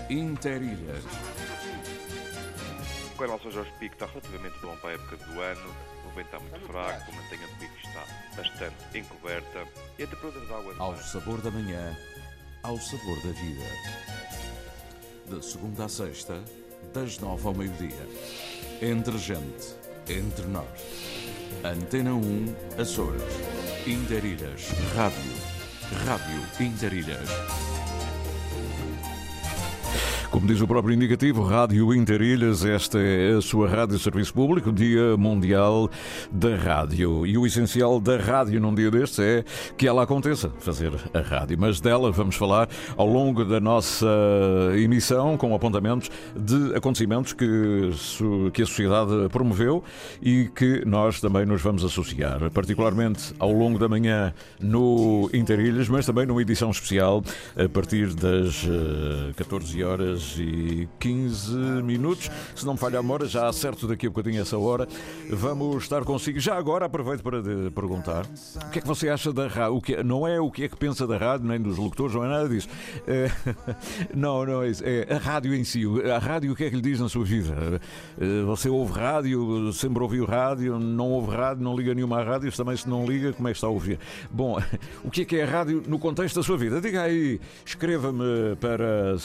Interilhas. O canal São Jorge Pico está relativamente bom para a época do ano. O vento está muito fraco, a mantenha de pico está bastante encoberta e a temperatura da água... Ao sabor da manhã, ao sabor da vida. De segunda à sexta, das 9 ao meio-dia. Entre gente, entre nós. Antena 1, Açores. Interilhas. Rádio Interilhas. Como diz o próprio indicativo, Rádio Interilhas, esta é a sua rádio serviço público, Dia Mundial da Rádio. E o essencial da rádio num dia destes é que ela aconteça, fazer a rádio. Mas dela vamos falar ao longo da nossa emissão, com apontamentos de acontecimentos que a sociedade promoveu e que nós também nos vamos associar, particularmente ao longo da manhã no Interilhas, mas também numa edição especial a partir das 14 horas e 15 minutos. Se não me falha a memória, já acerto daqui a bocadinho essa hora. Vamos estar consigo. Já agora aproveito para lhe perguntar o que é que você acha da rádio. Não é o que é que pensa da rádio, nem dos locutores, não é nada disso. Não é isso. É a rádio em si. A rádio, o que é que lhe diz na sua vida? Você ouve rádio, sempre ouviu rádio, não ouve rádio, não liga nenhuma à rádio, também se não liga, como é que está a ouvir? Bom, o que é a rádio no contexto da sua vida? Diga aí, escreva-me para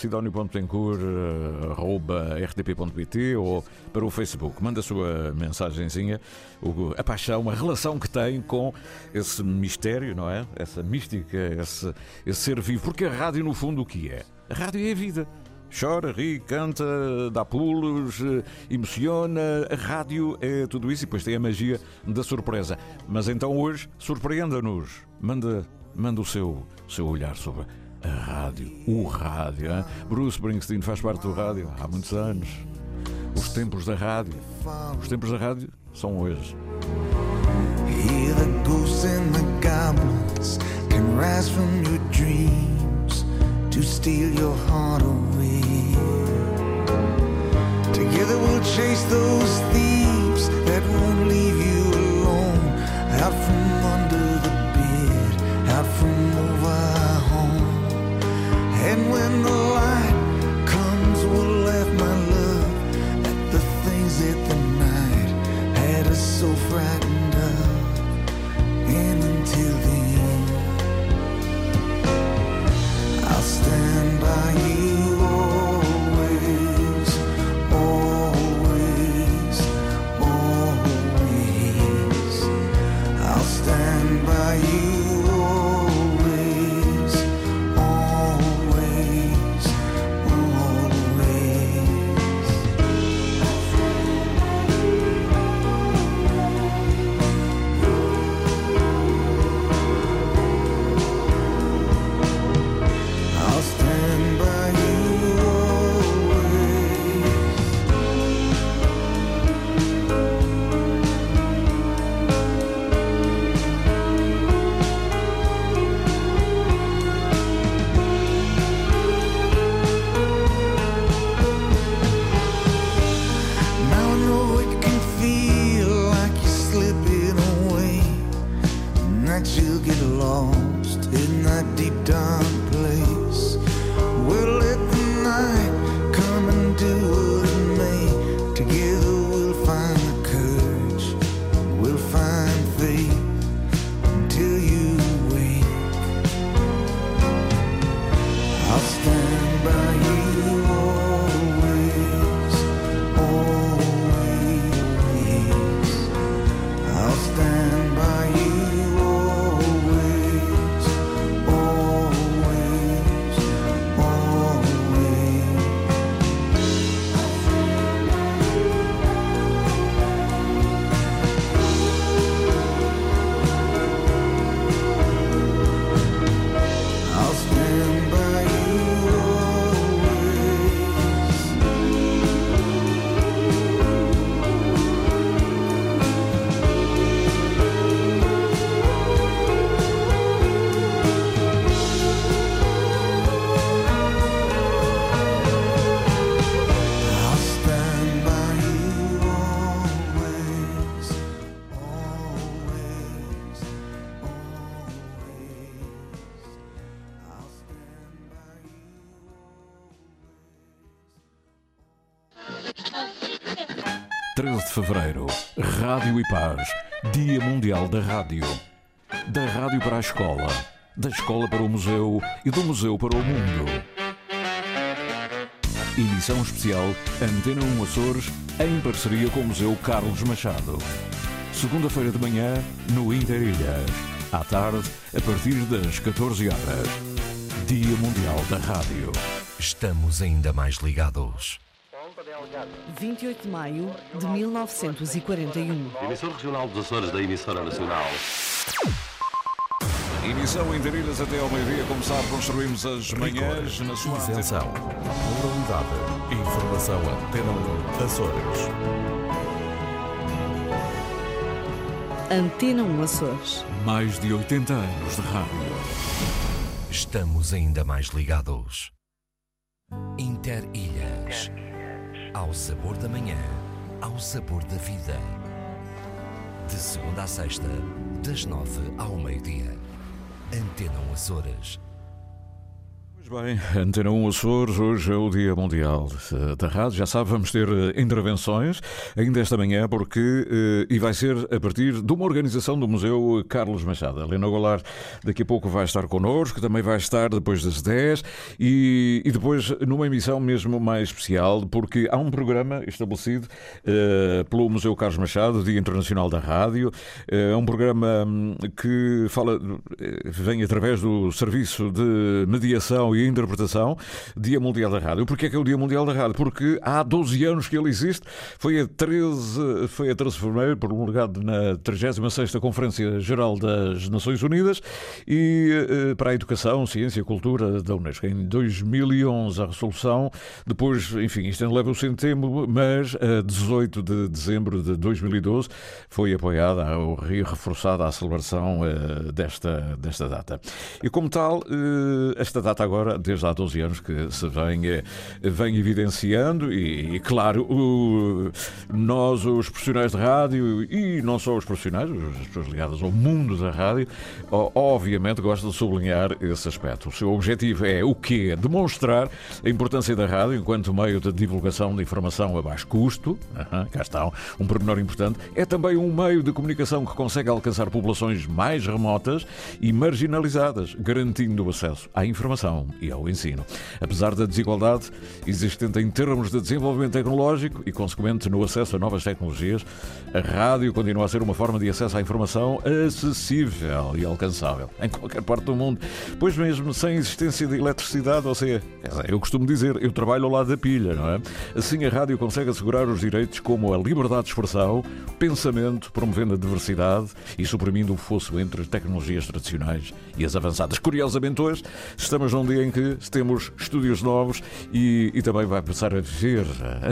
sidonio.tencourt@rtp.pt ou para o Facebook. Manda a sua mensagenzinha, a paixão, a relação que tem com esse mistério, não é? Essa mística, esse ser vivo. Porque a rádio, no fundo, o que é? A rádio é a vida. Chora, ri, canta, dá pulos, emociona. A rádio é tudo isso e depois tem a magia da surpresa. Mas então hoje, surpreenda-nos. Manda o seu olhar sobre a rádio, o rádio, hein? Bruce Springsteen faz parte do rádio há muitos anos. Os tempos da rádio são hoje. Hear the ghosts and the goblins can rise from your dreams to steal your heart away. Together we'll chase those thieves that won't leave you alone. Out from under the bed, out from over home. And when the light comes, we'll laugh, my love, at the things that the night had us so frightened of. And until then, I'll stand by you always, always, always. I'll stand by you. 13 de fevereiro, Rádio e Paz, Dia Mundial da Rádio. Da rádio para a escola, da escola para o museu e do museu para o mundo. Emissão especial Antena 1 Açores, em parceria com o Museu Carlos Machado. Segunda-feira de manhã, no Interilhas. À tarde, a partir das 14 horas. Dia Mundial da Rádio. Estamos ainda mais ligados. 28 de maio de 1941. Emissor regional dos Açores da emissora nacional. Emissão Interilhas até ao meio-dia. Como sabe, construímos as manhãs na sua Isenção, pluralidade, informação Antena 1 Açores. Antena 1 Açores. Mais de 80 anos de rádio. Estamos ainda mais ligados. Interilhas. Ao sabor da manhã, ao sabor da vida. De segunda a sexta, das 9 ao meio-dia. Antena 1 Açores. Bem, Antena 1 Açores, hoje é o Dia Mundial da Rádio. Já sabe, vamos ter intervenções ainda esta manhã, porque e vai ser a partir de uma organização do Museu Carlos Machado. A Helena Goulart daqui a pouco vai estar connosco, também vai estar depois das 10 e depois numa emissão mesmo mais especial, porque há um programa estabelecido pelo Museu Carlos Machado, Dia Internacional da Rádio. É um programa que vem através do Serviço de Mediação e Interpretação, Dia Mundial da Rádio. Porquê é que é o Dia Mundial da Rádio? Porque há 12 anos que ele existe. Foi a 13 de fevereiro, promulgado na 36ª Conferência Geral das Nações Unidas e para a Educação, Ciência e Cultura da Unesco. Em 2011 a resolução, depois, enfim, isto ainda leva o seu tempo, mas a 18 de dezembro de 2012 foi apoiada ou reforçada a celebração desta data. E como tal, esta data agora, desde há 12 anos que se vem evidenciando e claro, nós, os profissionais de rádio, e não só os profissionais, as pessoas ligadas ao mundo da rádio, obviamente gostam de sublinhar esse aspecto. O seu objetivo é o quê? Demonstrar a importância da rádio enquanto meio de divulgação de informação a baixo custo. Cá está um pormenor importante. É também um meio de comunicação que consegue alcançar populações mais remotas e marginalizadas, garantindo o acesso à informação e ao ensino. Apesar da desigualdade existente em termos de desenvolvimento tecnológico e consequente no acesso a novas tecnologias, a rádio continua a ser uma forma de acesso à informação acessível e alcançável em qualquer parte do mundo, pois mesmo sem existência de eletricidade, ou seja, eu costumo dizer, eu trabalho ao lado da pilha, não é? Assim a rádio consegue assegurar os direitos como a liberdade de expressão, pensamento, promovendo a diversidade e suprimindo o fosso entre as tecnologias tradicionais e as avançadas. Curiosamente hoje estamos num dia em que temos estúdios novos e também vai passar a ver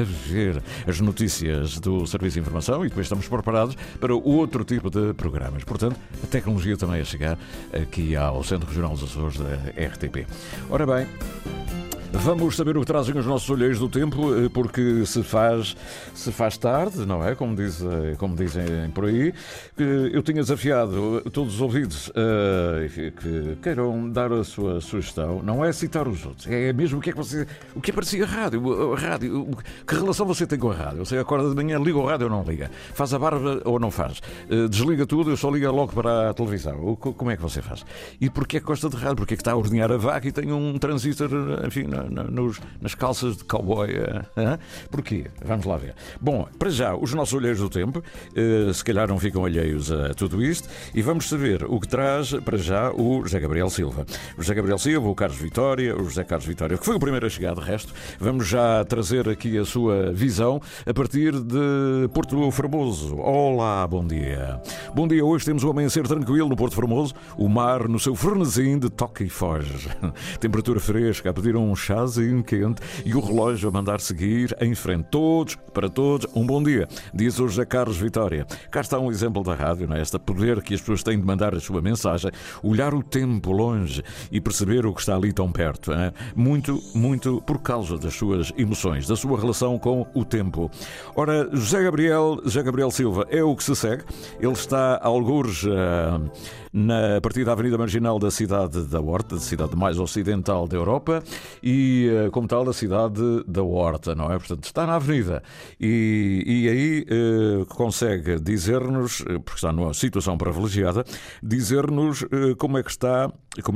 as notícias do Serviço de Informação e depois estamos preparados para outro tipo de programas. Portanto, a tecnologia também a chegar aqui ao Centro Regional dos Açores da RTP. Ora bem, vamos saber o que trazem os nossos olheiros do tempo, porque se faz tarde, não é? Como dizem por aí. Eu tinha desafiado todos os ouvidos que queiram dar a sua sugestão. Não é citar os outros, é mesmo o que é parecia a rádio. Que relação você tem com a rádio? Você acorda de manhã, liga o rádio ou não liga? Faz a barba ou não faz? Desliga tudo, eu só ligo logo para a televisão. Como é que você faz? E porquê é que gosta de rádio? Porquê é que está a ordenhar a vaca e tem um transistor, enfim, nas calças de cowboy? Porquê? Vamos lá ver. Bom, para já, os nossos olheiros do tempo, se calhar não ficam alheios a tudo isto, e vamos saber o que traz para já o José Gabriel Silva. O José Gabriel Silva, o José Carlos Vitória, que foi o primeiro a chegar, de resto. Vamos já trazer aqui a sua visão a partir de Porto Formoso. Olá, bom dia. Bom dia, hoje temos um amanhecer tranquilo no Porto Formoso, o mar no seu frenesim de toque e foge. Temperatura fresca, a pedir um chazinho quente e o relógio a mandar seguir em frente. Para todos, um bom dia, diz o José Carlos Vitória. Cá está um exemplo da rádio, não é? Este poder que as pessoas têm de mandar a sua mensagem, olhar o tempo longe e perceber o que está ali tão perto. Hein? Muito por causa das suas emoções, da sua relação com o tempo. Ora, José Gabriel Silva é o que se segue. Ele está a algures a partir da Avenida Marginal da cidade da Horta, da cidade mais ocidental da Europa, e e, como tal, a cidade da Horta, não é? Portanto, está na avenida e aí consegue dizer-nos, porque está numa situação privilegiada, dizer-nos como é que está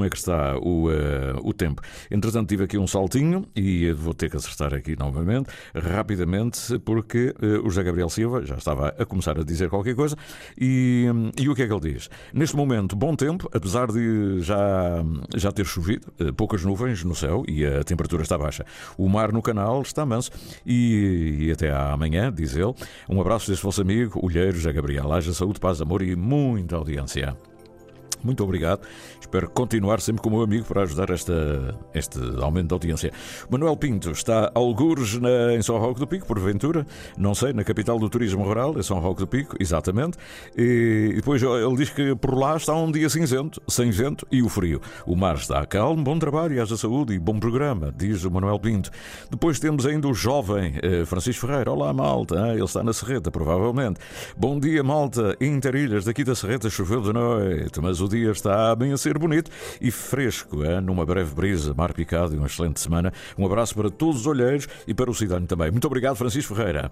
o tempo. Entretanto, tive aqui um saltinho e vou ter que acertar aqui novamente, rapidamente, porque o José Gabriel Silva já estava a começar a dizer qualquer coisa e o que é que ele diz? Neste momento, bom tempo, apesar de já ter chovido, poucas nuvens no céu e a temperatura está baixa. O mar no canal está manso e até amanhã, diz ele. Um abraço deste vosso amigo, olheiro José Gabriel. Haja saúde, paz, amor e muita audiência. Muito obrigado. Espero continuar sempre com o meu amigo para ajudar este aumento de audiência. Manuel Pinto está algures em São Roque do Pico, porventura? Não sei, na capital do turismo rural, em São Roque do Pico, exatamente. E depois ele diz que por lá está um dia cinzento, sem vento e o frio. O mar está calmo, bom trabalho, haja saúde e bom programa, diz o Manuel Pinto. Depois temos ainda o jovem Francisco Ferreira. Olá, malta. Ele está na Serreta, provavelmente. Bom dia, malta. Interilhas, daqui da Serreta choveu de noite, mas o dia está bem a ser bonito e fresco, numa breve brisa, mar picado e uma excelente semana. Um abraço para todos os olheiros e para o cidadão também. Muito obrigado, Francisco Ferreira.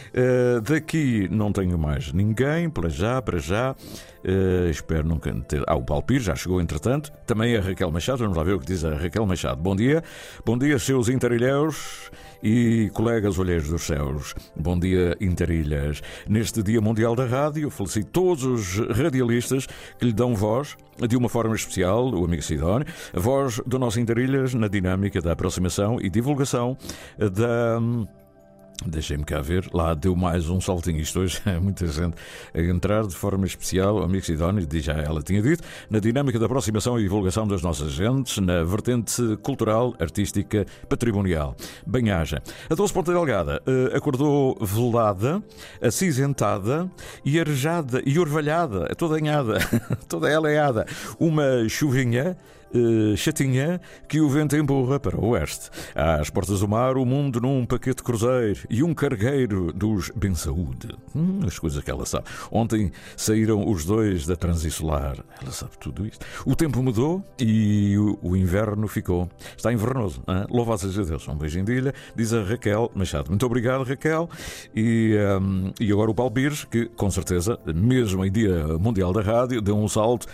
Daqui não tenho mais ninguém, para já. Espero nunca ter... o Paulo Pires já chegou entretanto. Também a Raquel Machado, vamos lá ver o que diz a Raquel Machado. Bom dia, seus interilheiros e colegas olheiros dos céus. Bom dia, Interilhas. Neste Dia Mundial da Rádio, felicito todos os radialistas que lhe dão voz, de uma forma especial, o amigo Sidónio, a voz do nosso Interilhas na dinâmica da aproximação e divulgação da... Deixem-me cá ver, lá deu mais um saltinho. Isto hoje é muita gente a entrar de forma especial. O amigo Sidónio, já ela tinha dito, na dinâmica da aproximação e divulgação das nossas gentes, na vertente cultural, artística, patrimonial. Bem-haja. A Doce Ponta Delgada acordou velada, acinzentada e arejada e orvalhada, toda anhada, toda ela. Uma chuvinha chatinha que o vento empurra para o oeste. Às portas do mar, o mundo num paquete cruzeiro e um cargueiro dos Bem Saúde. As coisas que ela sabe. Ontem saíram os dois da Transisolar. Ela sabe tudo isto. O tempo mudou e o inverno ficou. Está invernoso. Louvado seja Deus. Um beijinho de ilha, diz a Raquel Machado. Muito obrigado, Raquel. E agora o Paulo Pires, que com certeza, mesmo em Dia Mundial da Rádio, deu um salto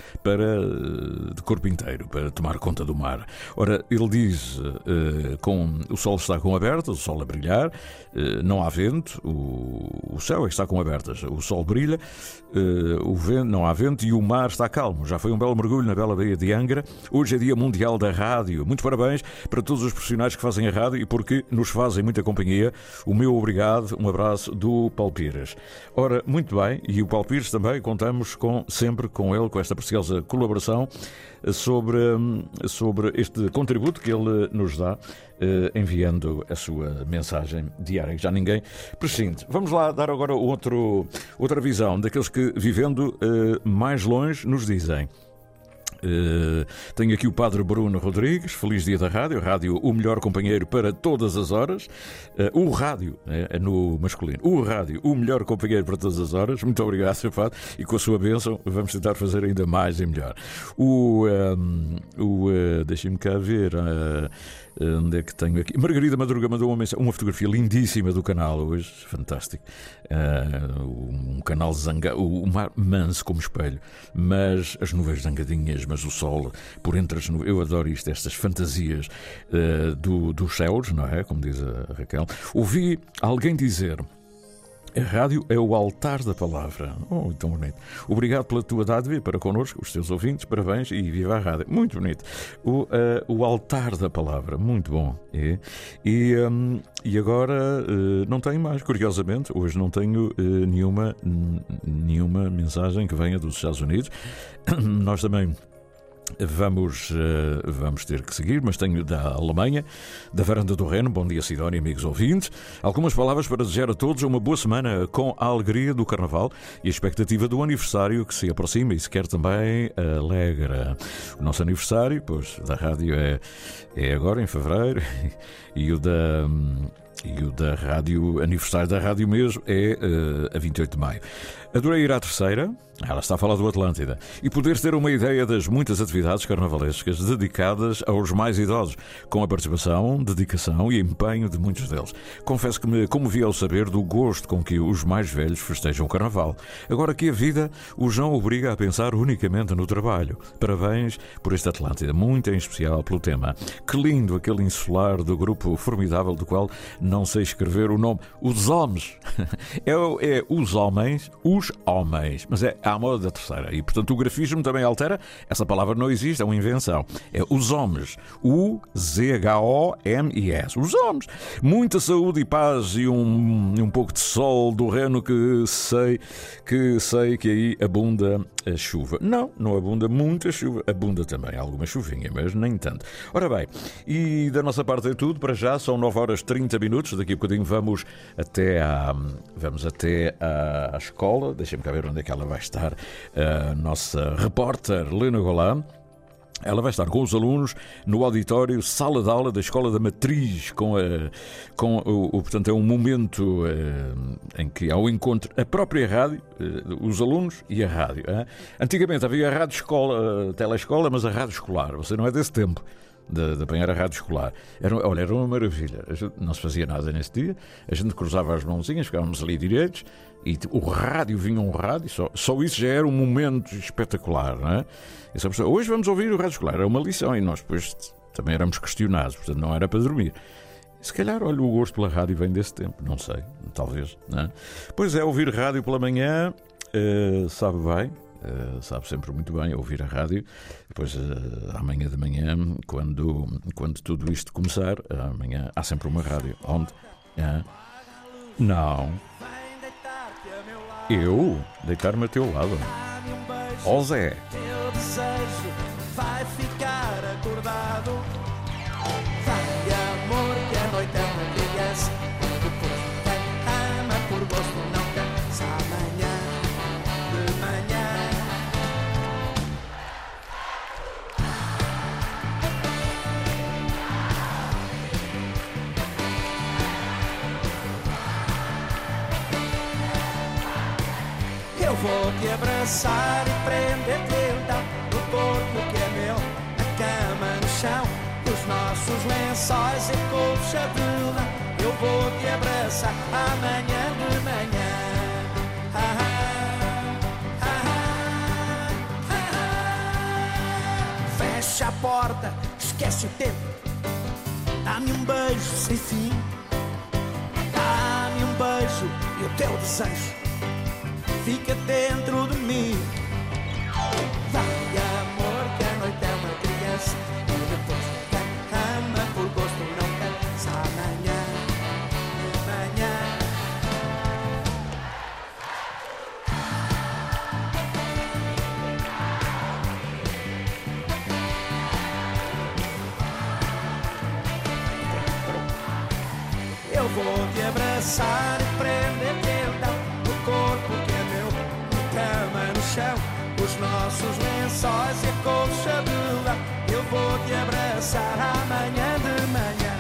de corpo inteiro, para tomar conta do mar. Ora, ele diz, o sol está com abertas, o sol a brilhar, não há vento, o céu é que está com abertas, o sol brilha, o vento, não há vento e o mar está calmo. Já foi um belo mergulho na bela baía de Angra. Hoje é Dia Mundial da Rádio. Muito parabéns para todos os profissionais que fazem a rádio e porque nos fazem muita companhia. O meu obrigado, um abraço do Paulo Pires. Ora, muito bem, e o Paulo Pires também contamos sempre com ele, com esta preciosa colaboração sobre este contributo que ele nos dá, enviando a sua mensagem diária, que já ninguém prescinde. Vamos lá dar agora outra visão daqueles que, vivendo mais longe, nos dizem. Tenho aqui o Padre Bruno Rodrigues. Feliz Dia da Rádio. Rádio, o melhor companheiro para todas as horas. O rádio, no masculino. O rádio, o melhor companheiro para todas as horas. Muito obrigado, Sr. Padre. E com a sua bênção vamos tentar fazer ainda mais e melhor. Deixem-me cá ver. Onde é que tenho aqui? Margarida Madruga mandou uma fotografia lindíssima do canal hoje. Fantástico. Um canal o mar manso como espelho, mas as nuvens zangadinhas, mas o sol por entre as nuvens. Eu adoro isto, estas fantasias dos céus, não é? Como diz a Raquel. Ouvi alguém dizer: a rádio é o altar da palavra. Oh, tão bonito. Obrigado pela tua dádiva para connosco, os teus ouvintes, parabéns e viva a rádio. Muito bonito. O altar da palavra, muito bom. E agora não tenho mais, curiosamente, hoje não tenho nenhuma mensagem que venha dos Estados Unidos. Nós também vamos ter que seguir, mas tenho da Alemanha, da Varanda do Reno. Bom dia, Sidónia, amigos ouvintes. Algumas palavras para desejar a todos uma boa semana com a alegria do Carnaval e a expectativa do aniversário que se aproxima e se quer também alegra. O nosso aniversário, pois, da rádio é agora, em fevereiro, e o da rádio, aniversário da rádio mesmo, é a 28 de maio. Adorei ir à terceira, Ela está a falar do Atlântida. E poderes ter uma ideia das muitas atividades carnavalescas dedicadas aos mais idosos, com a participação, dedicação e empenho de muitos deles. Confesso que me comovi ao saber do gosto com que os mais velhos festejam o Carnaval. Agora que a vida os não obriga a pensar unicamente no trabalho. Parabéns por este Atlântida, muito em especial pelo tema. Que lindo aquele insular do grupo formidável do qual não sei escrever o nome. Os Homens. É os homens, mas é à moda da terceira. E, portanto, o grafismo também altera. Essa palavra não existe, é uma invenção. É os homens. U-Z-H-O-M-I-S. Os homens. Muita saúde e paz e um pouco de sol do reno que sei que aí abunda a chuva. Não abunda muita chuva. Abunda também alguma chuvinha, mas nem tanto. Ora bem, e da nossa parte é tudo. Para já são 9h30. Daqui a bocadinho vamos até à escola. Deixem-me cá ver onde é que ela vai estar. A nossa repórter Lena Golan. Ela vai estar com os alunos no auditório Sala de Aula da Escola da Matriz, portanto é um momento em que há o encontro a própria rádio, os alunos e a rádio. Antigamente havia a rádio escola, a telescola, mas a rádio escolar, você não é desse tempo de apanhar a rádio escolar. Era uma maravilha. Não se fazia nada nesse dia, a gente cruzava as mãozinhas, ficávamos ali direitos e o rádio, vinha um rádio, só isso já era um momento espetacular, não é? Hoje vamos ouvir o rádio escolar, era uma lição e nós depois também éramos questionados, portanto não era para dormir. Se calhar, olha, o gosto pela rádio vem desse tempo, não sei, talvez, não é? Pois é, ouvir rádio pela manhã, sabe bem. Sabe sempre muito bem ouvir a rádio. Depois amanhã de manhã, quando tudo isto começar, amanhã há sempre uma rádio. Onde? Não. Eu deitar-me a teu lado. Ó Zé. Teu desejo vai ficar acordado. Vai, amor, que a noite é uma criança. Depois quem ama por gosto não cansa. Amanhã de manhã. Eu vou te abraçar e prender-te então no corpo que é meu, a cama no chão, os nossos lençóis e colcha de lã. Eu vou te abraçar amanhã de manhã. Fecha a porta, esquece o tempo. Dá-me um beijo sem fim. Dá-me um beijo e o teu desejo fica dentro de mim. Vai, amor, que a noite é uma criança. E depois quem ama por gosto não cansa. Amanhã, amanhã. Eu vou te abraçar e prender-te então no corpo que é meu, na cama no chão, os nossos lençóis e a colcha de lã. Eu vou te abraçar amanhã de manhã.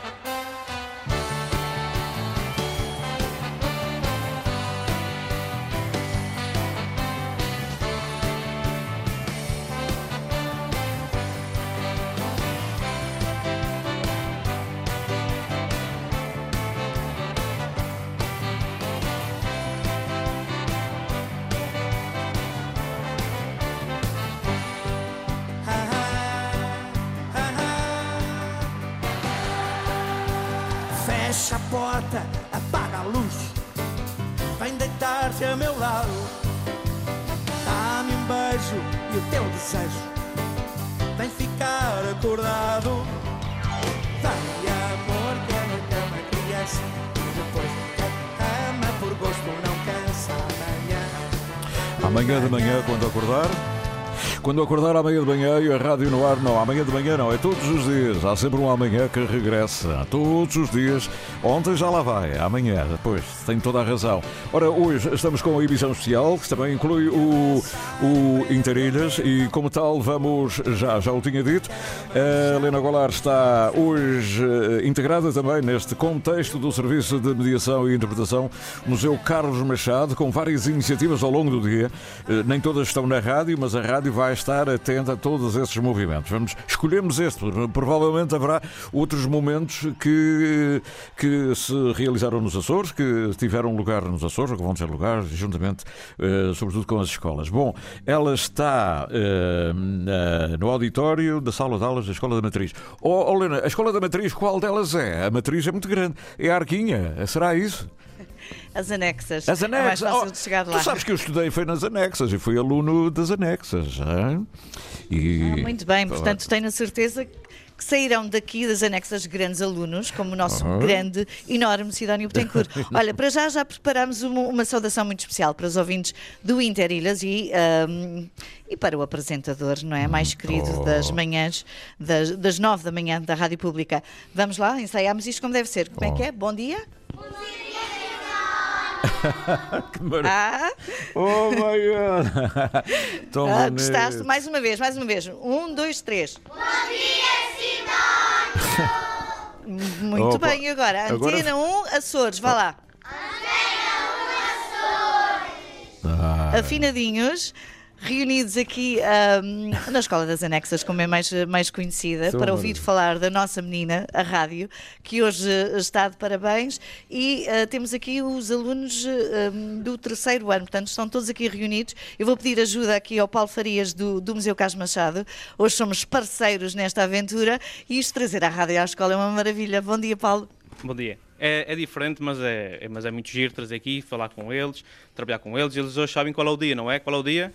Fecha a porta, apaga a luz. Vem deitar-te a meu lado. Dá-me um beijo e o teu desejo vem ficar acordado. Vai, amor, que a noite é uma criança. E depois quem ama por gosto não cansa. Amanhã de manhã, quando acordar, Quando acordar amanhã de manhã e a rádio no ar, não, amanhã de manhã não, é todos os dias. Há sempre um amanhã que regressa. Todos os dias. Ontem já lá vai, amanhã, depois, tem toda a razão. Ora, hoje estamos com a emissão especial, que também inclui o Interilhas, e como tal, vamos, já o tinha dito, a Helena Goulart está hoje integrada também neste contexto do Serviço de Mediação e Interpretação Museu Carlos Machado, com várias iniciativas ao longo do dia. Nem todas estão na rádio, mas a rádio vai estar atenta a todos esses movimentos. Escolhemos este, provavelmente haverá outros momentos que se realizaram nos Açores, que tiveram lugar nos Açores, ou que vão ter lugar, juntamente, sobretudo com as escolas. Bom, ela está no auditório da Sala de Aulas da Escola da Matriz. Helena, a Escola da Matriz, qual delas é? A Matriz é muito grande. É a Arquinha, será isso? As anexas. As anexas. É mais fácil de chegar lá. Tu sabes que eu estudei foi nas anexas e fui aluno das anexas. Muito bem, portanto tenho a certeza que sairão daqui das anexas grandes alunos, como o nosso grande, enorme Sidónio Betancourt. Olha, para já preparamos uma saudação muito especial para os ouvintes do Interilhas e para o apresentador, não é? Mais querido das manhãs, das 9 da manhã da Rádio Pública. Vamos lá, ensaiamos isto como deve ser. Como é que é? Bom dia? Bom dia! Que maravilha! Oh my God! Gostaste? Mais uma vez. 1, 2, 3. Bom dia, Sidónio! Muito bem, agora Antena 1, Açores, vá lá. Antena 1, Açores! Afinadinhos. Reunidos aqui na Escola das Anexas, como é mais conhecida, para ouvir falar da nossa menina, a rádio, que hoje está de parabéns, e temos aqui os alunos do 3º ano, portanto estão todos aqui reunidos. Eu vou pedir ajuda aqui ao Paulo Farias do Museu Carlos Machado. Hoje somos parceiros nesta aventura e isto trazer a rádio à escola é uma maravilha. Bom dia, Paulo. Bom dia. É diferente, mas é muito giro trazer aqui, falar com eles, trabalhar com eles. Eles hoje sabem qual é o dia, não é? Qual é o dia?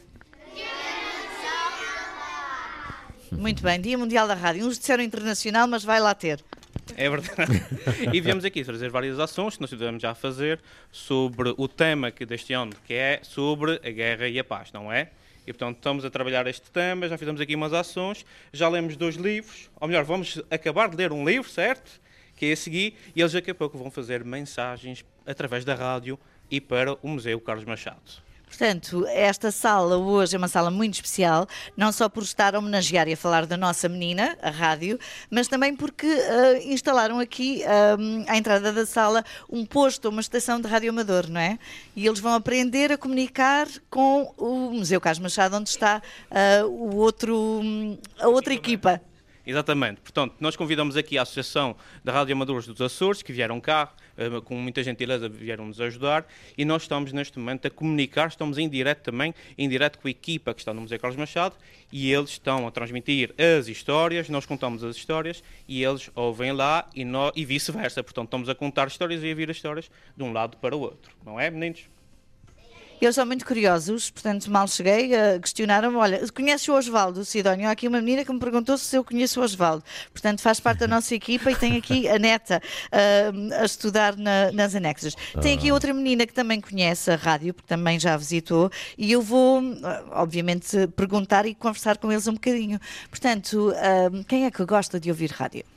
Muito bem, Dia Mundial da Rádio. Uns disseram internacional, mas vai lá ter. É verdade. E viemos aqui trazer várias ações que nós estivemos já a fazer sobre o tema deste ano, que é sobre a guerra e a paz, não é? E, portanto, estamos a trabalhar este tema, já fizemos aqui umas ações, já lemos 2 livros, ou melhor, vamos acabar de ler um livro, certo? Que é a seguir, e eles daqui a pouco vão fazer mensagens através da rádio e para o Museu Carlos Machado. Portanto, esta sala hoje é uma sala muito especial, não só por estar a homenagear e a falar da nossa menina, a rádio, mas também porque instalaram aqui, à entrada da sala, um posto, uma estação de rádio amador, não é? E eles vão aprender a comunicar com o Museu Carlos Machado, onde está a outra equipa. Exatamente. Portanto, nós convidamos aqui a Associação de Rádio Amadores dos Açores, que vieram cá, com muita gentileza vieram nos ajudar, e nós estamos neste momento a comunicar, estamos em direto também, em direto com a equipa que está no Museu Carlos Machado, e eles estão a transmitir as histórias, nós contamos as histórias, e eles ouvem lá e vice-versa. Portanto, estamos a contar histórias e a ouvir as histórias de um lado para o outro. Não é, meninos? Eles são muito curiosos, portanto, mal cheguei, questionaram-me, olha, conheces o Osvaldo, Sidónio? Há aqui uma menina que me perguntou se eu conheço o Osvaldo. Portanto, faz parte da nossa equipa e tem aqui a neta a estudar nas anexas. Tem aqui outra menina que também conhece a rádio, porque também já visitou, e eu vou, obviamente, perguntar e conversar com eles um bocadinho. Portanto, quem é que gosta de ouvir rádio?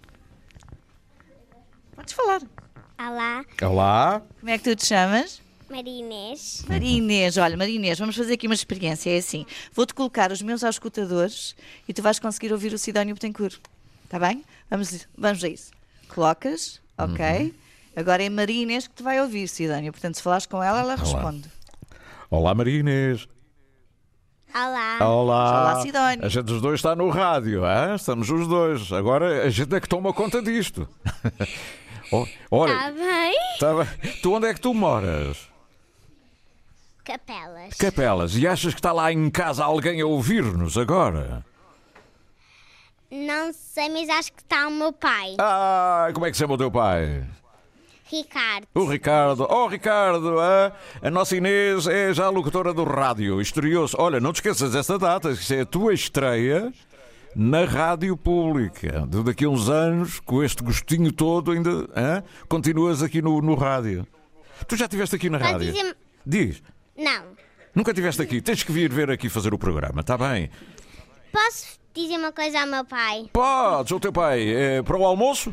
Podes falar. Olá, Olá. Como é que tu te chamas? Maria Inês. Maria Inês, olha, Maria Inês, vamos fazer aqui uma experiência, é assim, vou-te colocar os meus auscultadores e tu vais conseguir ouvir o Sidónio Betancourt, está bem? Vamos a isso. Colocas, ok, agora é Maria Inês que te vai ouvir, Sidónio, portanto se falares com ela, ela responde. Olá, Maria Inês. Olá. Olá. Olá, Sidónio. A gente os dois está no rádio, hein? Estamos os dois, agora a gente é que toma conta disto. Olha, Está bem? tá bem. Tu onde é que tu moras? Capelas. Capelas. E achas que está lá em casa alguém a ouvir-nos agora? Não sei, mas acho que está o meu pai. Como é que se chama o teu pai? Ricardo. O Ricardo. Oh, Ricardo, a nossa Inês é já locutora do rádio. Estreou-se. Olha, não te esqueças desta data, que é a tua estreia na rádio pública. Daqui a uns anos, com este gostinho todo, ainda continuas aqui no rádio. Tu já estiveste aqui na rádio? Dizer... Diz. Não. Nunca estiveste aqui. Tens que vir ver aqui fazer o programa, está bem? Posso dizer uma coisa ao meu pai? Podes, o teu pai é para o almoço?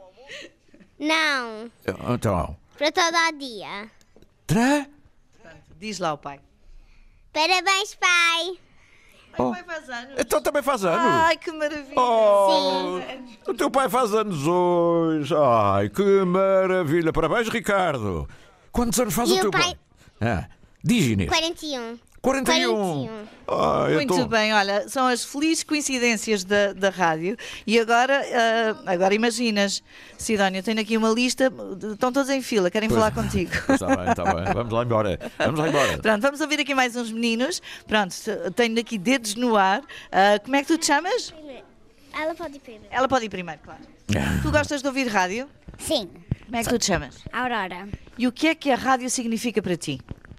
Não, Então. para todo o dia. Diz lá o pai. Parabéns, pai. O pai faz anos. Então também faz anos. Ai, que maravilha. Oh, o teu pai faz anos hoje. Ai, que maravilha. Parabéns, Ricardo. Quantos anos faz E o teu o pai? Diz, Inês. 41. 41. Ai, Muito bem, olha, são as felizes coincidências da rádio. E agora imaginas, Sidónia, tenho aqui uma lista, estão todos em fila, querem falar contigo. Está bem. Vamos lá embora. Pronto, vamos ouvir aqui mais uns meninos. Pronto, tenho aqui dedos no ar. Como é que tu te chamas? Ela pode ir primeiro. Ela pode ir primeiro, claro. Tu gostas de ouvir rádio? Sim. Como é que tu te chamas? Aurora. E o que é que a rádio significa para ti?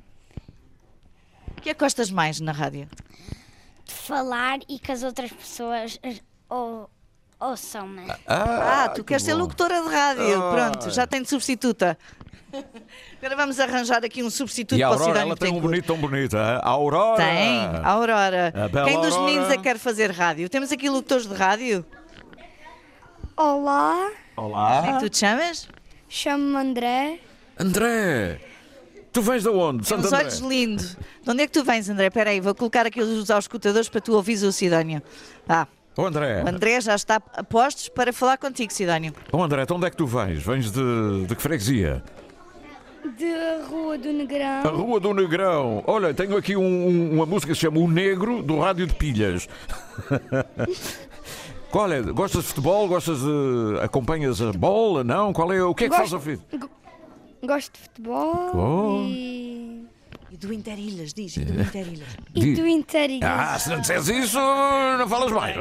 O que é que gostas mais na rádio? De falar e que as outras pessoas ouçam-me. Tu queres ser locutora de rádio. Pronto, já tem de substituta. Agora vamos arranjar aqui um substituto E a para o Aurora, Sidónio ela tem um Betancourt. bonito tão bonito. A Aurora. Tem, a Aurora. A bela Quem dos Aurora. meninos é que quer fazer rádio? Temos aqui locutores de rádio. Olá, Como é que tu te chamas? chamo-me André. André, tu vens de onde? Tem Santo uns André? olhos lindos. De onde é que tu vens, André? Espera aí, vou colocar aqui os auscultadores para tu ouvires o Sidónio. Ô André, O André já está a postos para falar contigo, Sidónio. André, de onde é que tu vens? Vens de que freguesia? Da Rua do Negrão. A Rua do Negrão. Olha, tenho aqui uma música que se chama O Negro, do Rádio de Pilhas. Qual é? Gostas de futebol? Acompanhas a bola? Não? O que é que fazes ao fim? Gosto de futebol Oh. e E do Interilhas, diz, e do Interilhas. do Interilhas. Se não disseres isso, não falas mais.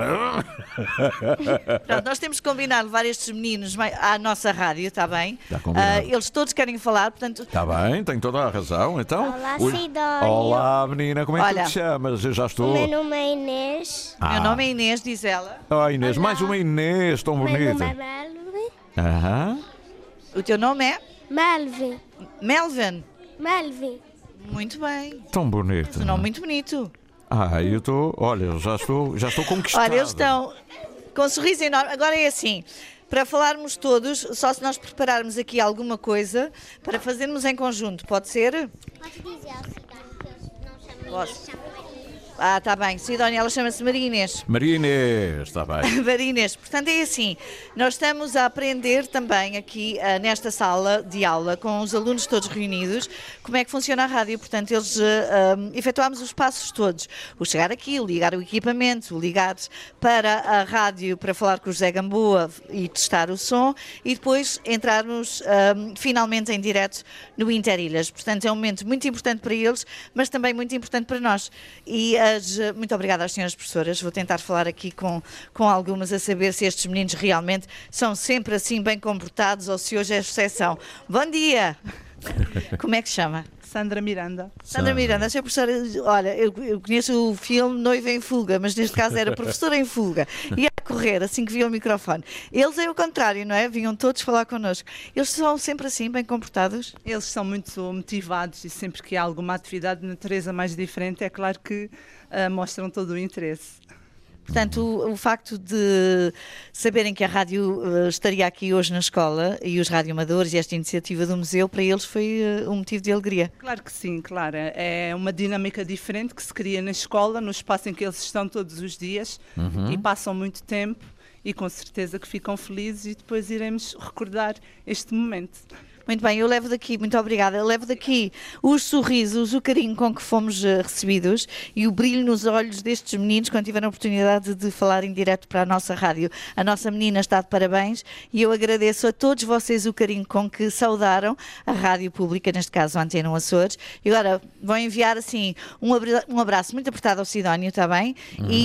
Pronto, nós temos que combinar levar estes meninos à nossa rádio, está bem? Está combinado. Eles todos querem falar, portanto... Está bem, tem toda a razão. Então, Olá, Ui. Sidónio. Olá, menina, como é que Olha. tu te chamas? Eu já O estou. meu nome é Inês. Meu nome é Inês, diz ela. Inês, mais uma Inês, tão O meu nome é bonita. Melvin. Aham. O teu nome é? Melvin. Melvin. Melvin. Muito bem. Tão bonita. Um nome muito bonito. Eu estou. Olha, eu já estou conquistado. Olha, eles estão com um sorriso enorme. Agora é assim, para falarmos todos, só se nós prepararmos aqui alguma coisa para fazermos em conjunto, pode ser? Posso dizer ao Sidónio que eles não chamam Posso. Inês, chamam Maria. Está bem. Sidónia, ela chama-se Maria Inês. Maria Inês, está bem. Maria Inês. Portanto, é assim, nós estamos a aprender também aqui nesta sala de aula, com os alunos todos reunidos, como é que funciona a rádio. Portanto, eles efetuámos os passos todos. O chegar aqui, o ligar o equipamento, o ligar para a rádio para falar com o José Gamboa e testar o som e depois entrarmos finalmente em direto no Interilhas. Portanto, é um momento muito importante para eles, mas também muito importante para nós. E muito obrigada às senhoras professoras. Vou tentar falar aqui com algumas a saber se estes meninos realmente são sempre assim bem comportados ou se hoje é exceção. Bom dia! Como é que se chama? Sandra Miranda. Sandra Miranda, a senhora professora, olha, eu conheço o filme Noiva em Fuga, mas neste caso era professora em fuga. Ia a correr assim que via o microfone. Eles é o contrário, não é? Vinham todos falar connosco. Eles são sempre assim, bem comportados? Eles são muito motivados e sempre que há alguma atividade de natureza mais diferente, é claro que mostram todo o interesse. Portanto, o facto de saberem que a rádio estaria aqui hoje na escola e os radioamadores e esta iniciativa do museu, para eles foi um motivo de alegria. Claro que sim, claro. É uma dinâmica diferente que se cria na escola, no espaço em que eles estão todos os dias e passam muito tempo e com certeza que ficam felizes e depois iremos recordar este momento. Muito bem, eu levo daqui, muito obrigada, eu levo daqui os sorrisos, o carinho com que fomos recebidos e o brilho nos olhos destes meninos quando tiveram a oportunidade de falar em direto para a nossa rádio. A nossa menina está de parabéns e eu agradeço a todos vocês o carinho com que saudaram a rádio pública, neste caso a Antena 1 Açores. E agora vou enviar assim um abraço muito apertado ao Sidónio, está bem?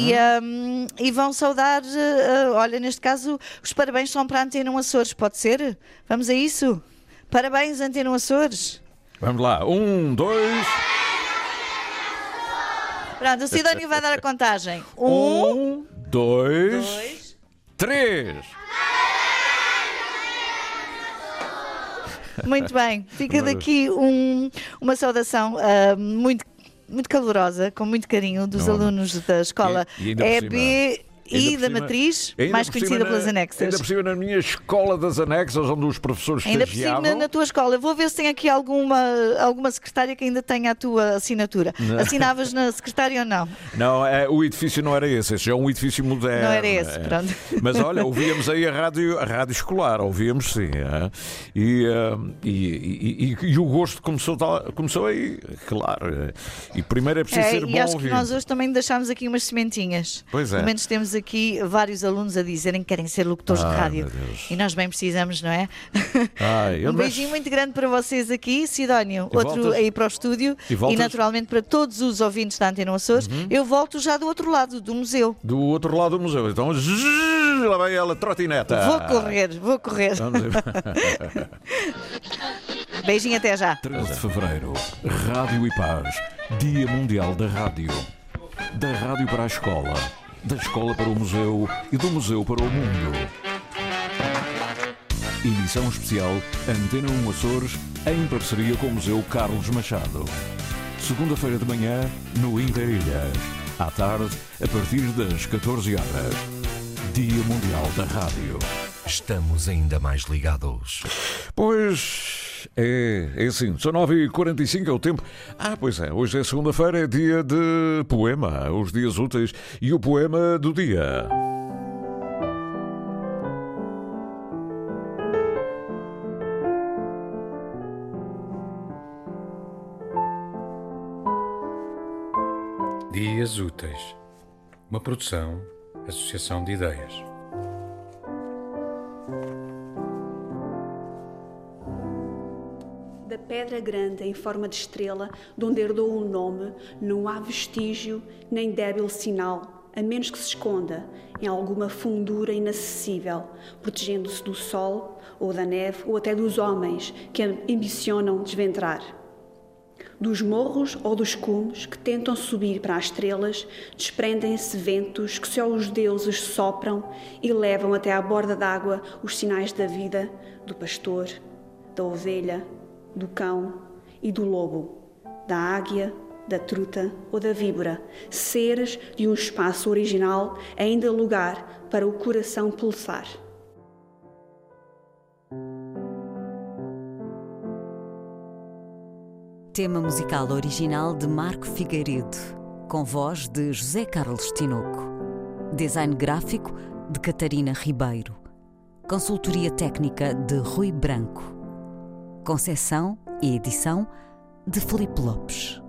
E vão saudar, olha, neste caso os parabéns são para a Antena 1 Açores, pode ser? Vamos a isso? Parabéns, Antena 1 Açores. Vamos lá. 1, 2. Pronto, o Sidónio vai dar a contagem. 1, 2, 3. Muito bem. Fica daqui uma saudação muito muito calorosa, com muito carinho, dos alunos da escola EB e da Matriz, mais conhecida pelas Anexas. Ainda por cima na minha escola das Anexas, onde os professores estagiavam. Ainda por cima na tua escola. Vou ver se tem aqui alguma secretária que ainda tenha a tua assinatura. Não. Assinavas na secretária ou não? Não, o edifício não era esse é um edifício moderno. Não era esse, pronto. Mas olha, ouvíamos aí a rádio escolar, ouvíamos sim. E o gosto começou aí, claro. E primeiro é preciso ser bom ouvir. E acho que nós hoje também deixámos aqui umas sementinhas. Pois é. Pelo menos temos aqui vários alunos a dizerem que querem ser locutores de rádio. E nós bem precisamos, não é? Um beijinho muito grande para vocês aqui, Sidónio. Outro aí para o estúdio e naturalmente para todos os ouvintes da Antena Açores. Eu volto já do outro lado do museu. Do outro lado do museu. Então, lá vai ela, trotineta. Vou correr. Beijinho, até já. 13 de fevereiro, Rádio e Paz, Dia Mundial da Rádio. Da rádio para a escola, da escola para o museu e do museu para o mundo. Emissão especial Antena 1 Açores em parceria com o Museu Carlos Machado. Segunda-feira de manhã no Interilhas. À tarde, a partir das 14 horas. Dia Mundial da Rádio. Estamos ainda mais ligados. Pois é assim, são 9h45 é o tempo. Pois é, hoje é segunda-feira, é dia de poema, os dias úteis e o poema do dia. Dias úteis. Uma produção, associação de ideias. Da pedra grande em forma de estrela, de onde herdou o nome, não há vestígio nem débil sinal, a menos que se esconda em alguma fundura inacessível, protegendo-se do sol, ou da neve, ou até dos homens que ambicionam desventrar. Dos morros ou dos cumes que tentam subir para as estrelas, desprendem-se ventos que só os deuses sopram e levam até à borda d'água os sinais da vida, do pastor, da ovelha, do cão e do lobo, da águia, da truta ou da víbora, seres de um espaço original, ainda lugar para o coração pulsar. Tema musical original de Marco Figueiredo, com voz de José Carlos Tinoco. Design gráfico de Catarina Ribeiro. Consultoria técnica de Rui Branco. Conceição e edição de Filipe Lopes.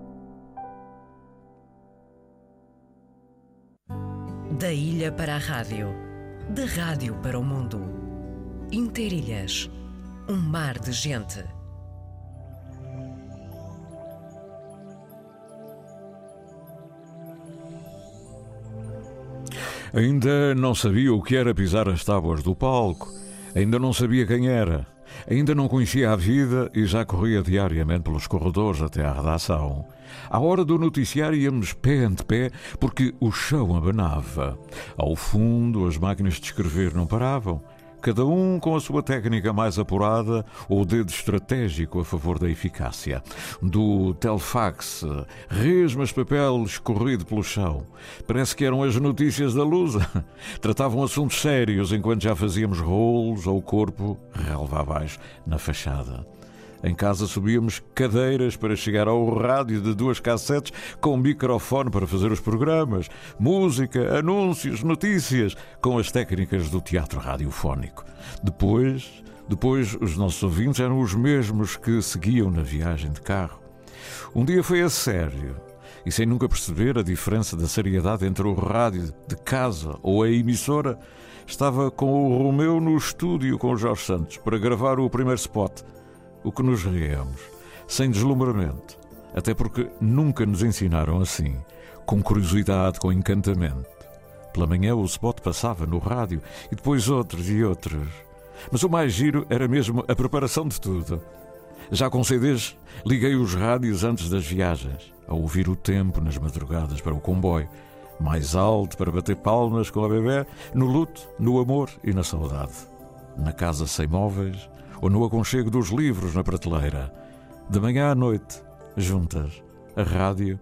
Da ilha para a rádio, da rádio para o mundo. Interilhas, um mar de gente. Ainda não sabia o que era pisar as tábuas do palco. Ainda não sabia quem era. Ainda não conhecia a vida e já corria diariamente pelos corredores até à redação. À hora do noticiário íamos pé ante pé porque o chão abanava. Ao fundo, as máquinas de escrever não paravam. Cada um com a sua técnica mais apurada ou dedo estratégico a favor da eficácia. Do telefax, resmas papel escorrido pelo chão. Parece que eram as notícias da Lusa. Tratavam assuntos sérios enquanto já fazíamos rolos ou o corpo relva abaixo na fachada. Em casa subíamos cadeiras para chegar ao rádio de 2 cassetes com microfone para fazer os programas, música, anúncios, notícias, com as técnicas do teatro radiofónico. Depois os nossos ouvintes eram os mesmos que seguiam na viagem de carro. Um dia foi a sério, e sem nunca perceber a diferença da seriedade entre o rádio de casa ou a emissora, estava com o Romeu no estúdio com o Jorge Santos para gravar o primeiro spot. O que nos riemos, sem deslumbramento, até porque nunca nos ensinaram assim, com curiosidade, com encantamento. Pela manhã o spot passava no rádio e depois outros e outros. Mas o mais giro era mesmo a preparação de tudo. Já com CDs, liguei os rádios antes das viagens, a ouvir o tempo nas madrugadas para o comboio, mais alto para bater palmas com a bebé, no luto, no amor e na saudade. Na casa sem móveis, ou no aconchego dos livros na prateleira. De manhã à noite, juntas, a rádio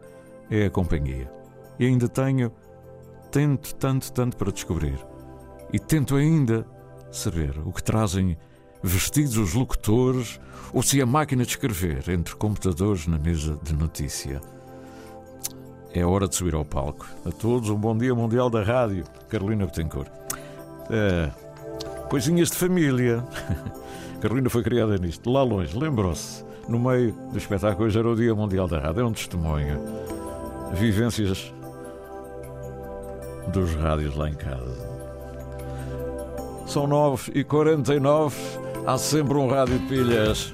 é a companhia. E ainda tento tanto para descobrir. E tento ainda saber o que trazem vestidos os locutores ou se a máquina de escrever entre computadores na mesa de notícia. É hora de subir ao palco. A todos um bom dia mundial da rádio. Carolina Betancourt. Coisinhas de família. Carolina foi criada nisto. Lá longe, lembrou-se, no meio do espetáculo, hoje era o Dia Mundial da Rádio. É um testemunho. Vivências dos rádios lá em casa. São 9h49. Há sempre um rádio de pilhas.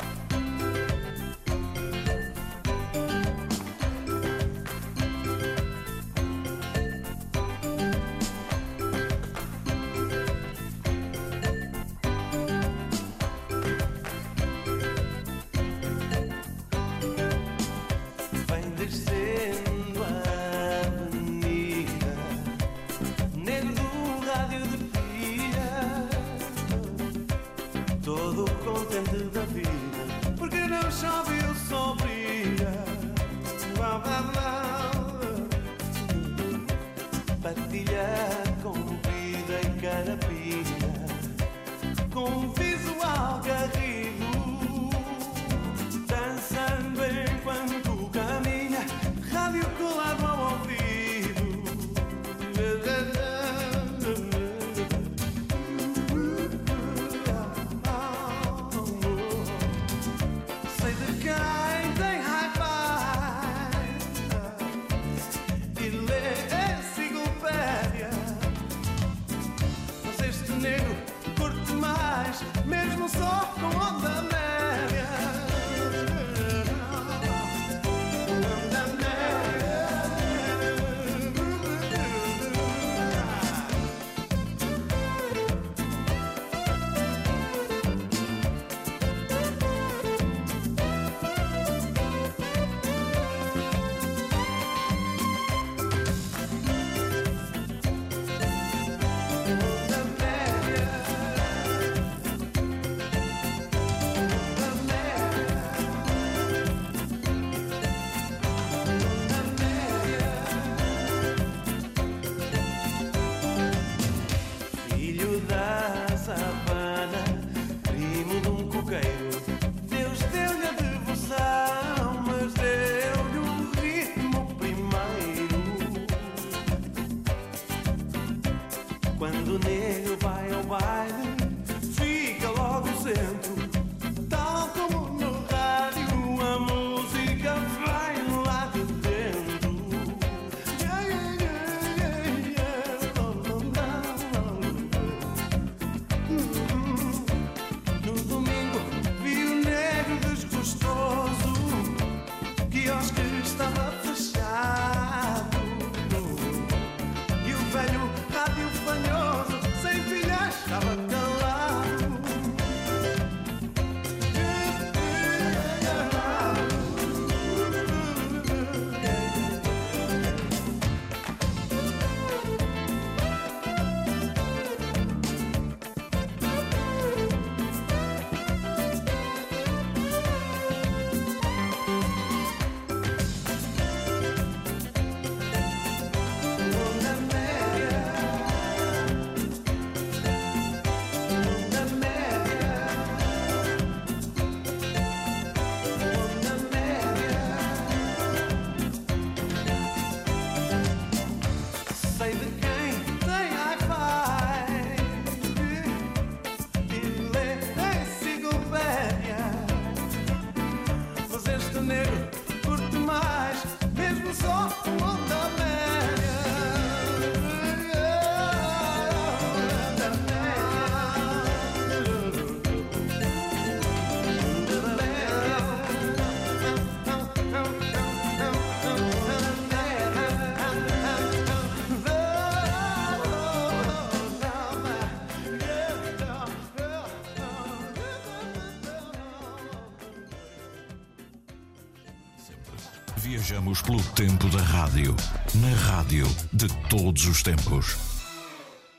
Viajamos pelo tempo da rádio, na rádio de todos os tempos.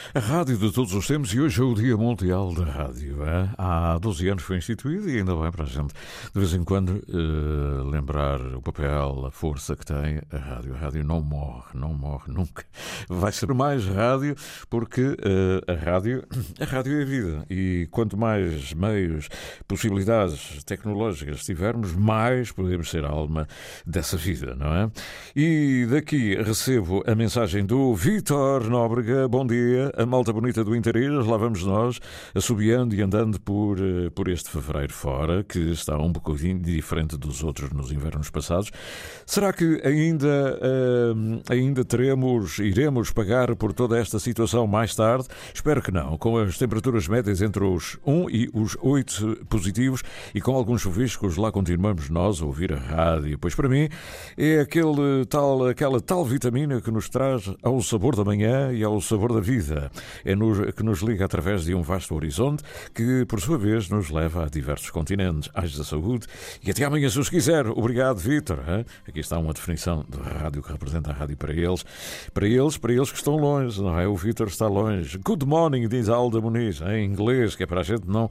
A rádio de todos os tempos, e hoje é o Dia Mundial da Rádio. Há 12 anos foi instituído e ainda bem para a gente, de vez em quando, lembrar o papel, a força que tem a rádio. A rádio não morre nunca. Vai ser mais rádio, porque a rádio é vida. E quanto mais meios, possibilidades tecnológicas tivermos, mais podemos ser a alma dessa vida, não é? E daqui recebo a mensagem do Vítor Nóbrega. Bom dia, a malta bonita do Interilhas, lá vamos nós, assobiando e andando por este fevereiro fora, que está um bocadinho diferente dos outros nos invernos passados. Será que ainda iremos pagar por toda esta situação mais tarde? Espero que não, com as temperaturas médias entre os 1 e os 8 positivos e com alguns chuviscos, lá continuamos nós a ouvir a rádio, pois para mim é aquela tal vitamina que nos traz ao sabor da manhã e ao sabor da vida. Que nos liga através de um vasto horizonte que, por sua vez, nos leva a diversos continentes. Haja saúde e até amanhã, se os quiser. Obrigado, Vítor. Aqui está uma definição de rádio que representa a rádio para eles que estão longe, não é? O Vítor está longe. Good morning, diz a Alda Muniz, em inglês, que é para a gente não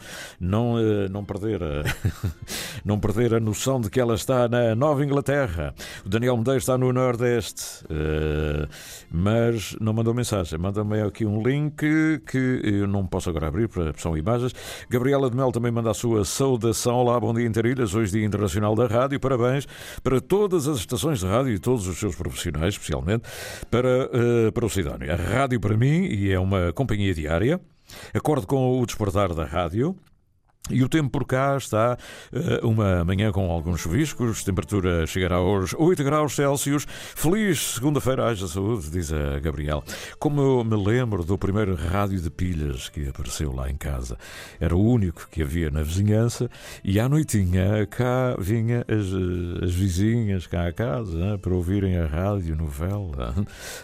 perder a noção de que ela está na Nova Inglaterra. O Daniel Medeiros está no Nordeste, mas não mandou mensagem. Manda-me aqui um link que eu não posso agora abrir, são imagens. Gabriela de Mel também manda a sua saudação. Olá, bom dia Interilhas, hoje Dia Internacional da Rádio. Parabéns para todas as estações de rádio e todos os seus profissionais, especialmente para o Sidónio. A rádio para mim, e é uma companhia diária, acordo com o despertar da rádio. E o tempo por cá está uma manhã com alguns chuviscos, temperatura chegará aos 8 graus Celsius. Feliz segunda-feira, haja saúde, diz a Gabriel. Como eu me lembro do primeiro rádio de pilhas que apareceu lá em casa. Era o único que havia na vizinhança e à noitinha cá vinha as vizinhas cá a casa para ouvirem a rádio novela.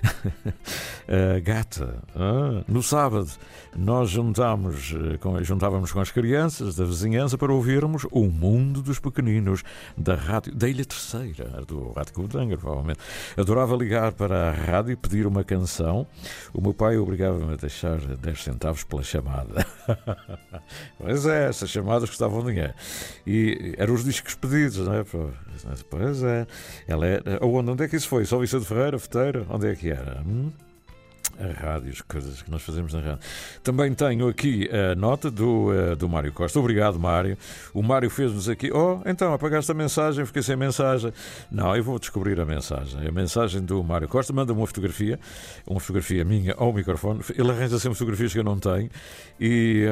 Gata. No sábado nós juntávamos com as crianças da vizinhança para ouvirmos O Mundo dos Pequeninos da rádio da Ilha Terceira, do Rádio Cubutanga, provavelmente. Adorava ligar para a rádio e pedir uma canção. O meu pai obrigava-me a deixar 10 centavos pela chamada. Pois é, essas chamadas custavam dinheiro. E eram os discos pedidos, não é? Pois é. Onde é que isso foi? Só Vicente Ferreira, Feteira? Onde é que era? A rádio, as coisas que nós fazemos na rádio. Também tenho aqui a nota do Mário Costa. Obrigado, Mário. O Mário fez-nos aqui. Então apagaste a mensagem, fiquei sem mensagem. Não, eu vou descobrir a mensagem. A mensagem do Mário Costa manda-me uma fotografia minha ao microfone. Ele arranja sempre fotografias que eu não tenho. E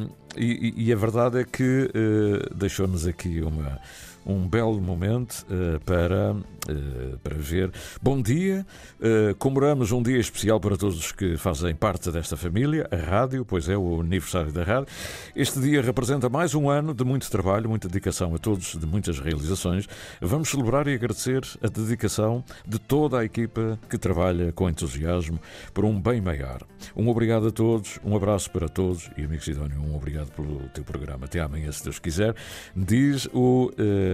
a verdade é que deixou-nos aqui um belo momento para ver. Bom dia, comemoramos um dia especial para todos os que fazem parte desta família, a rádio, pois é o aniversário da rádio. Este dia representa mais um ano de muito trabalho, muita dedicação a todos, de muitas realizações. Vamos celebrar e agradecer a dedicação de toda a equipa que trabalha com entusiasmo por um bem maior. Um obrigado a todos, um abraço para todos e, amigo Sidónio, um obrigado pelo teu programa. Até amanhã, se Deus quiser. Diz o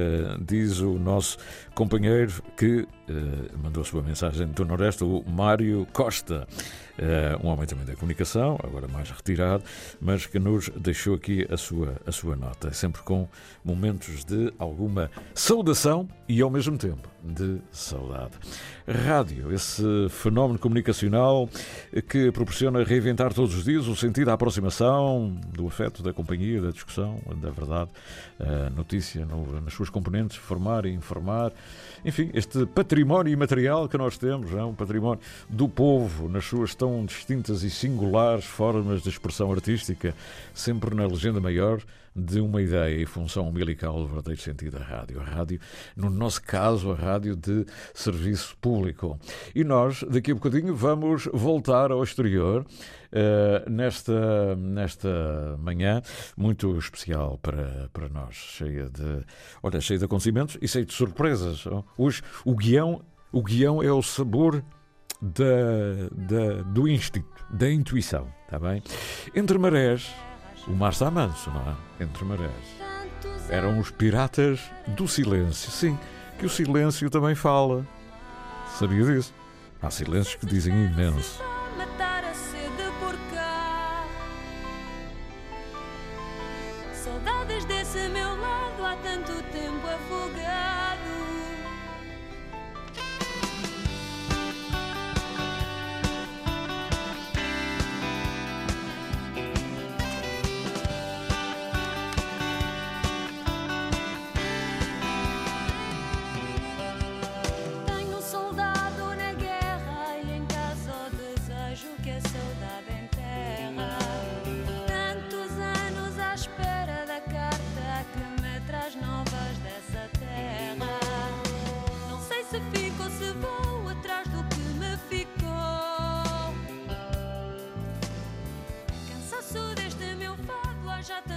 nosso companheiro que mandou a sua mensagem do Nordeste, o Mário Costa, um homem também da comunicação, agora mais retirado, mas que nos deixou aqui a sua nota, sempre com momentos de alguma saudação e ao mesmo tempo de saudade. Rádio, esse fenómeno comunicacional que proporciona reinventar todos os dias o sentido da aproximação, do afeto, da companhia, da discussão, da verdade, a notícia nas suas componentes, formar e informar. Enfim, este património imaterial que nós temos, é um património do povo, nas suas tão distintas e singulares formas de expressão artística, sempre na legenda maior de uma ideia e função umbilical do verdadeiro sentido da rádio. A rádio, no nosso caso, a rádio de serviço público. E nós, daqui a bocadinho, vamos voltar ao exterior, nesta manhã muito especial para nós, cheia de acontecimentos e cheia de surpresas. Hoje, o guião é o sabor do instinto, da intuição, está bem? Entre marés, o mar está manso, não é? Entre marés. Eram os piratas do silêncio. Sim, que o silêncio também fala. Sabia disso? Há silêncios que dizem imenso. Matar a sede por cá. estivesse a meu lado há tanto tempo afogado. Tenho um soldado na guerra e em casa o desejo que a saudade enterra. Tantos anos à espera da carta que me traz novas dessa terra. Não sei se fico ou se vou atrás do que me ficou. Cansaço deste meu fado, já